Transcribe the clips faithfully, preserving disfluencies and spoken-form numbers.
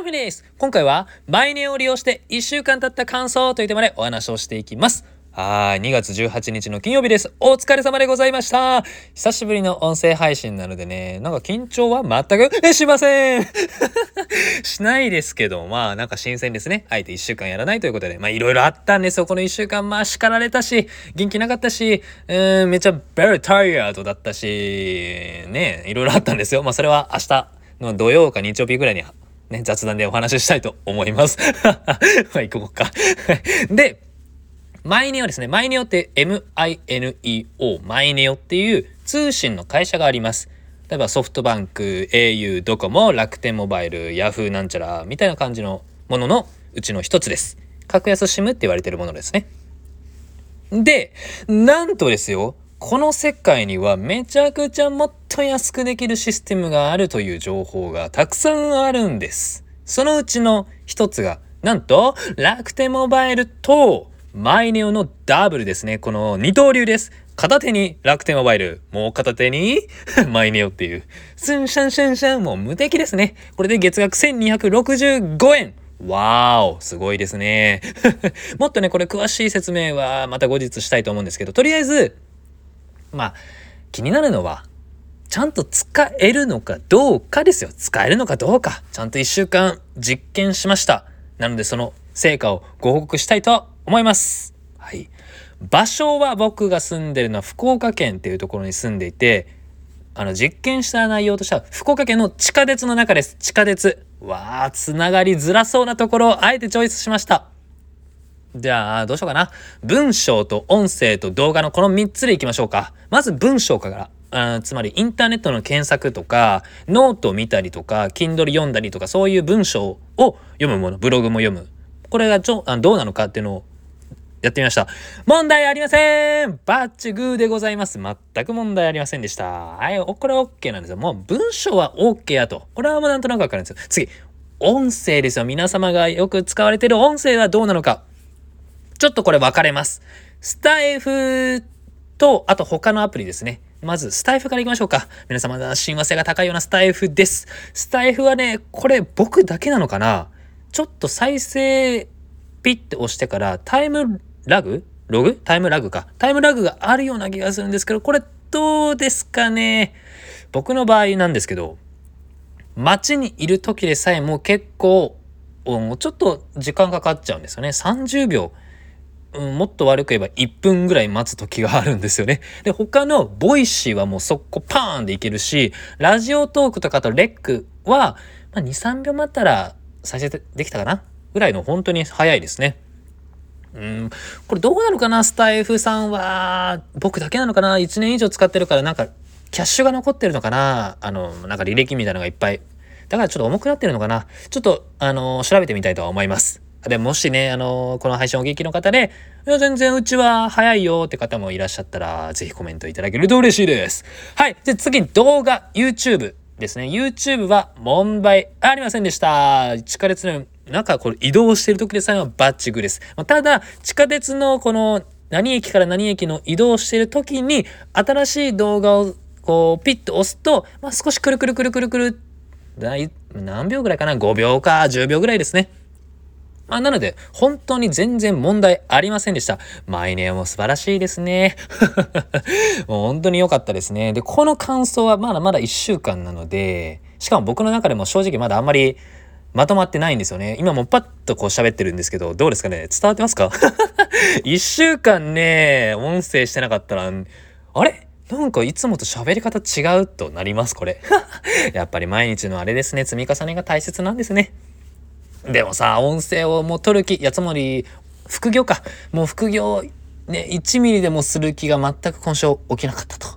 フィニス。今回はマイネオを利用していっしゅうかん経った感想というテーマでお話をしていきます。はい、にがつじゅうはちにちの金曜日です。お疲れ様でございました。久しぶりの音声配信なのでね、なんか緊張は全くしませんしないですけど、まあなんか新鮮ですね。あえていっしゅうかんやらないということで、まあいろいろあったんですよ。このいっしゅうかん、まあ叱られたし、元気なかったし、うーんめっちゃ very tired だったし、ね、いろいろあったんですよ。まあそれは明日の土曜か日曜日ぐらいにね、雑談でお話ししたいと思います。まあ行こうか。で、マイネオですね。マイネオって エムアイエヌイーオー、マイネオっていう通信の会社があります。例えばソフトバンク、エーユー、ドコモ、楽天モバイル、ヤフーなんちゃらみたいな感じのもののうちの一つです。格安シムって言われてるものですね。で、なんとですよ、この世界にはめちゃくちゃもっと安くできるシステムがあるという情報がたくさんあるんです。そのうちの一つが、なんと楽天モバイルとマイネオのダブルですね。この二刀流です。片手に楽天モバイル、もう片手にマイネオっていう。スンシャンシャンシャン、もう無敵ですね。これで月額せんにひゃくろくじゅうごえん。わーお、すごいですね。もっとね、これ詳しい説明はまた後日したいと思うんですけど、とりあえず、まあ、気になるのは、ちゃんと使えるのかどうかですよ。使えるのかどうか。ちゃんといっしゅうかん実験しました。なので、その成果をご報告したいと思います。はい。場所は僕が住んでるのは福岡県っていうところに住んでいて、あの実験した内容としては福岡県の地下鉄の中です。地下鉄。わー、つながりづらそうなところをあえてチョイスしました。じゃあどうしようかな。文章と音声と動画のこのみっつでいきましょうか。まず文章から。あつまりインターネットの検索とかノートを見たりとか Kindle 読んだりとかそういう文章を読むもの、ブログも読む、これがちょあどうなのかっていうのをやってみました。問題ありません。バッチグーでございます。全く問題ありませんでした。はい、これは OK なんですよ。もう文章は OK やと。これはもうなんとなくわかるんですよ。次、音声ですよ。皆様がよく使われている音声はどうなのか。ちょっとこれ分かれます。スタイフと、あと他のアプリですね。まず、スタイフからいきましょうか。皆様が親和性が高いようなスタイフです。スタイフはね、これ僕だけなのかな？ちょっと再生ピッて押してからタイムラグログタイムラグか。タイムラグがあるような気がするんですけど、これどうですかね？僕の場合なんですけど、街にいる時でさえも結構、もうちょっと時間かかっちゃうんですよね。さんじゅうびょう。うん、もっと悪く言えばいっぷんぐらい待つ時があるんですよね。で、他のボイシーはもう速攻パーンでいけるし、ラジオトークとかとレックは、まあ、に、さんびょう待ったら再生できたかなぐらいの本当に早いですね。うん、これどうなのかな、スタイフさんは。僕だけなのかな？ いち 年以上使ってるからなんかキャッシュが残ってるのかな、あの、なんか履歴みたいなのがいっぱい。だからちょっと重くなってるのかな。ちょっと、あの、調べてみたいとは思います。でもしね、あの、この配信をお聞きの方で、いや全然うちは早いよって方もいらっしゃったら、ぜひコメントいただけると嬉しいです。はい。で、次、動画、YouTube ですね。YouTube は問題ありませんでした。地下鉄の中、これ移動している時でさえはバッチグです。ただ、地下鉄のこの何駅から何駅の移動している時に、新しい動画をこうピッと押すと、まあ、少しくるくるくるくるくる、何秒ぐらいかな ?ご 秒かじゅうびょうぐらいですね。まあ、なので、本当に全然問題ありませんでした。マイネオも素晴らしいですね。もう本当に良かったですね。で、この感想はまだまだいっしゅうかんなので、しかも僕の中でも正直まだあんまりまとまってないんですよね。今もパッとこう喋ってるんですけど、どうですかね？伝わってますか？いっしゅうかんね、音声してなかったら、あれ？なんかいつもと喋り方違うとなります、これ。やっぱり毎日のあれですね、積み重ねが大切なんですね。でもさ、音声をもう取る気、やつもり、副業か。もう副業、ね、いちミリでもする気が全く今週起きなかったと。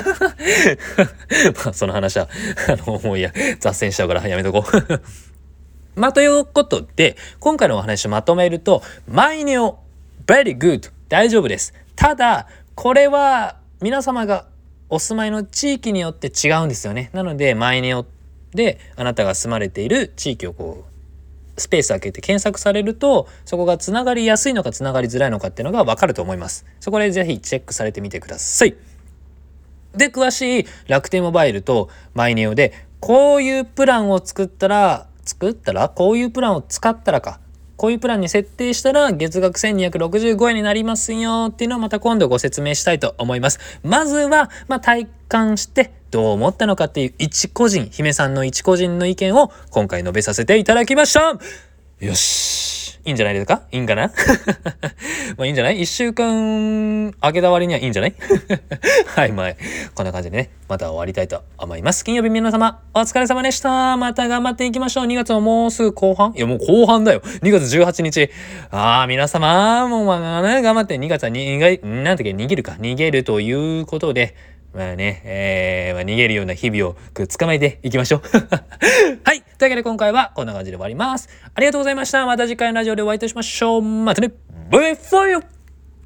まあ、その話は、あの、もういや、脱線しちゃうからやめとこう。まあ、ということで、今回のお話をまとめると、マイネオ、very good、大丈夫です。ただ、これは皆様がお住まいの地域によって違うんですよね。なので、マイネオであなたが住まれている地域をこう、スペース開けて検索されると、そこがつながりやすいのかつながりづらいのかっていうのが分かると思います。そこでぜひチェックされてみてください。で、詳しい楽天モバイルとマイネオでこういうプランを作ったら作ったら、こういうプランを使ったらか、こういうプランに設定したら月額せんにひゃくろくじゅうごえんになりますよっていうのをまた今度ご説明したいと思います。まずは、まあ、体感してどう思ったのかっていう一個人、姫さんの一個人の意見を今回述べさせていただきました。よし。いいんじゃないですか？いいんかなまあいいんじゃない？一週間明けた割にはいいんじゃないはい、まあ、こんな感じでね、また終わりたいと思います。金曜日皆様、お疲れ様でした。また頑張っていきましょう。にがつももうすぐ後半？いや、もう後半だよ。にがつじゅうはちにち。ああ、皆様、もうまあね、頑張ってにがつはにがい、なんだっけ、逃げるか。逃げるということで、まあね、えー、まあ、逃げるような日々を捕まえていきましょう。はい。というわけで今回はこんな感じで終わります。ありがとうございました。また次回のラジオでお会いいたしましょう。またね。バイバイ。